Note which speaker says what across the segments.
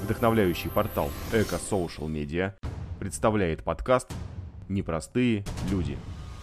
Speaker 1: Вдохновляющий портал Эко Social Media представляет подкаст «Непростые люди».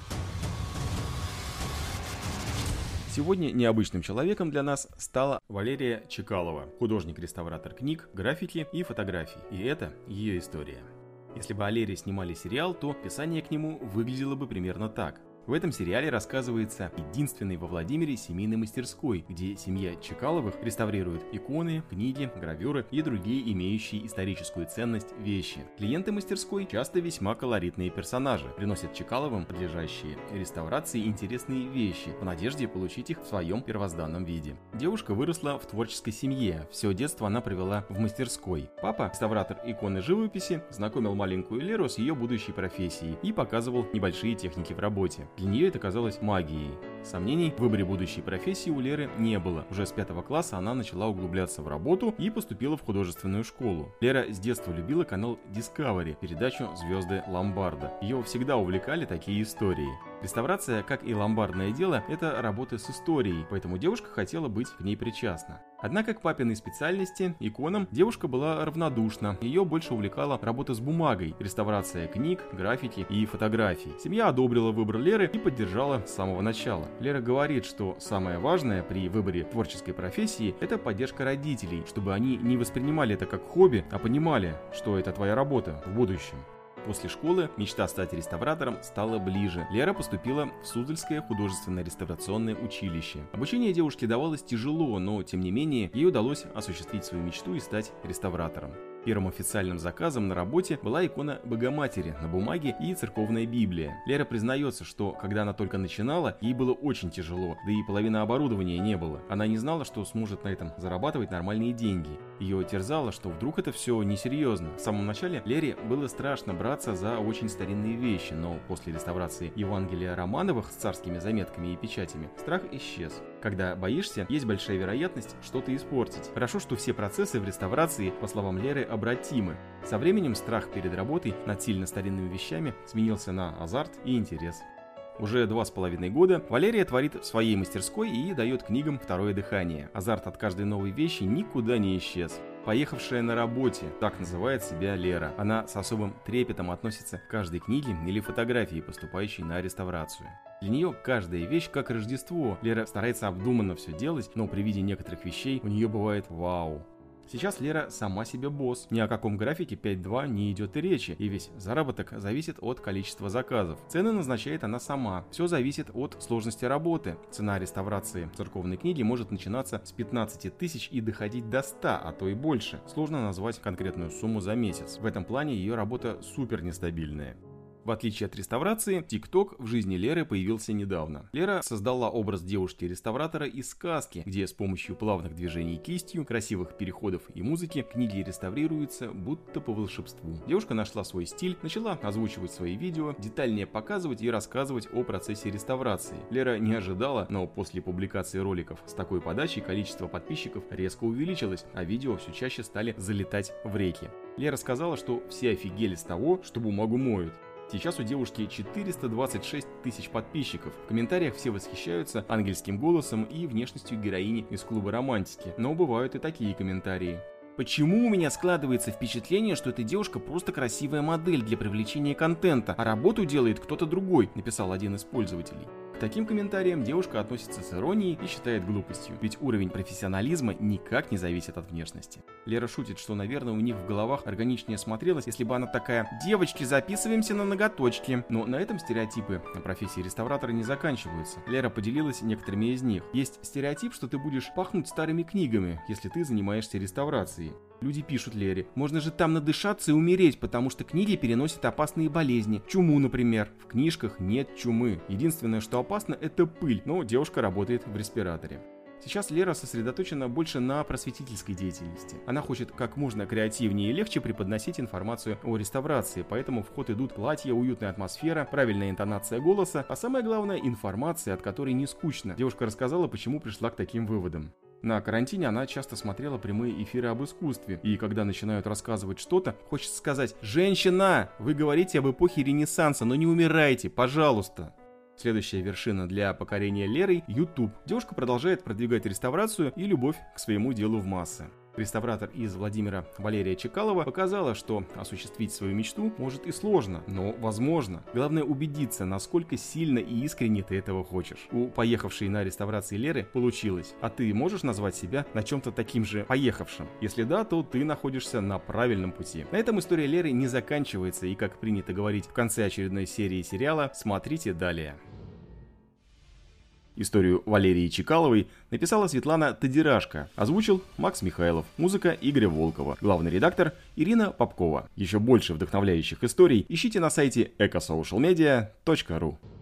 Speaker 1: Сегодня необычным человеком для нас стала Валерия Чекалова, художник-реставратор книг, граффити и фотографий. И это ее история. Если бы Валерии снимали сериал, то описание к нему выглядело бы примерно так. В этом сериале рассказывается единственной во Владимире семейной мастерской, где семья Чекаловых реставрирует иконы, книги, гравюры и другие имеющие историческую ценность вещи. Клиенты мастерской часто весьма колоритные персонажи, приносят Чекаловым подлежащие реставрации интересные вещи в надежде получить их в своем первозданном виде. Девушка выросла в творческой семье, все детство она провела в мастерской. Папа, реставратор иконы живописи, знакомил маленькую Леру с ее будущей профессией и показывал небольшие техники в работе. Для нее это казалось магией. Сомнений в выборе будущей профессии у Леры не было. Уже с 5 класса она начала углубляться в работу и поступила в художественную школу. Лера с детства любила канал Discovery, передачу «Звезды Ломбарда». Ее всегда увлекали такие истории. Реставрация, как и ломбардное дело, это работа с историей, поэтому девушка хотела быть к ней причастна. Однако к папиной специальности, иконам, девушка была равнодушна. Ее больше увлекала работа с бумагой, реставрация книг, граффити и фотографий. Семья одобрила выбор Леры и поддержала с самого начала. Лера говорит, что самое важное при выборе творческой профессии – это поддержка родителей, чтобы они не воспринимали это как хобби, а понимали, что это твоя работа в будущем. После школы мечта стать реставратором стала ближе. Лера поступила в Суздальское художественно-реставрационное училище. Обучение девушке давалось тяжело, но тем не менее ей удалось осуществить свою мечту и стать реставратором. Первым официальным заказом на работе была икона Богоматери на бумаге и церковная Библия. Лера признается, что когда она только начинала, ей было очень тяжело, да и половины оборудования не было. Она не знала, что сможет на этом зарабатывать нормальные деньги. Ее терзало, что вдруг это все несерьезно. В самом начале Лере было страшно браться за очень старинные вещи, но после реставрации Евангелия Романовых с царскими заметками и печатями страх исчез. Когда боишься, есть большая вероятность что-то испортить. Хорошо, что все процессы в реставрации, по словам Леры, обратимы. Со временем страх перед работой над сильно старинными вещами сменился на азарт и интерес. Уже 2,5 года Валерия творит в своей мастерской и дает книгам второе дыхание. Азарт от каждой новой вещи никуда не исчез. Поехавшая на работе, так называет себя Лера. Она с особым трепетом относится к каждой книге или фотографии, поступающей на реставрацию. Для нее каждая вещь как Рождество. Лера старается обдуманно все делать, но при виде некоторых вещей у нее бывает вау. Сейчас Лера сама себе босс. Ни о каком графике 5.2 не идет и речи, и весь заработок зависит от количества заказов. Цены назначает она сама. Все зависит от сложности работы. Цена реставрации церковной книги может начинаться с 15 тысяч и доходить до 100, а то и больше. Сложно назвать конкретную сумму за месяц. В этом плане ее работа супер нестабильная. В отличие от реставрации, ТикТок в жизни Леры появился недавно. Лера создала образ девушки-реставратора из сказки, где с помощью плавных движений кистью, красивых переходов и музыки книги реставрируются будто по волшебству. Девушка нашла свой стиль, начала озвучивать свои видео, детальнее показывать и рассказывать о процессе реставрации. Лера не ожидала, но после публикации роликов с такой подачей количество подписчиков резко увеличилось, а видео все чаще стали залетать в реки. Лера сказала, что все офигели с того, что бумагу моют. Сейчас у девушки 426 тысяч подписчиков. В комментариях все восхищаются ангельским голосом и внешностью героини из клуба романтики. Но бывают и такие комментарии. Почему у меня складывается впечатление, что эта девушка просто красивая модель для привлечения контента, а работу делает кто-то другой, написал один из пользователей. К таким комментариям девушка относится с иронией и считает глупостью, ведь уровень профессионализма никак не зависит от внешности. Лера шутит, что, наверное, у них в головах органичнее смотрелось, если бы она такая: «Девочки, записываемся на ноготочки». Но на этом стереотипы о профессии реставратора не заканчиваются. Лера поделилась некоторыми из них. Есть стереотип, что ты будешь пахнуть старыми книгами, если ты занимаешься реставрацией. Люди пишут Лере: можно же там надышаться и умереть, потому что книги переносят опасные болезни. Чуму, например. В книжках нет чумы. Единственное, что опасно, это пыль, но девушка работает в респираторе. Сейчас Лера сосредоточена больше на просветительской деятельности. Она хочет как можно креативнее и легче преподносить информацию о реставрации, поэтому в ход идут платья, уютная атмосфера, правильная интонация голоса, а самое главное — информация, от которой не скучно. Девушка рассказала, почему пришла к таким выводам. На карантине она часто смотрела прямые эфиры об искусстве, и когда начинают рассказывать что-то, хочется сказать: «Женщина, вы говорите об эпохе Ренессанса, но не умирайте, пожалуйста». Следующая вершина для покорения Лерой – YouTube. Девушка продолжает продвигать реставрацию и любовь к своему делу в массы. Реставратор из Владимира Валерия Чекалова показала, что осуществить свою мечту может и сложно, но возможно. Главное убедиться, насколько сильно и искренне ты этого хочешь. У поехавшей на реставрации Леры получилось. А ты можешь назвать себя на чем-то таким же поехавшим? Если да, то ты находишься на правильном пути. На этом история Леры не заканчивается, и, как принято говорить в конце очередной серии сериала, смотрите далее. Историю Валерии Чекаловой написала Светлана Тодирашко, озвучил Макс Михайлов, музыка Игоря Волкова, главный редактор Ирина Попкова. Еще больше вдохновляющих историй ищите на сайте ecosocialmedia.ru.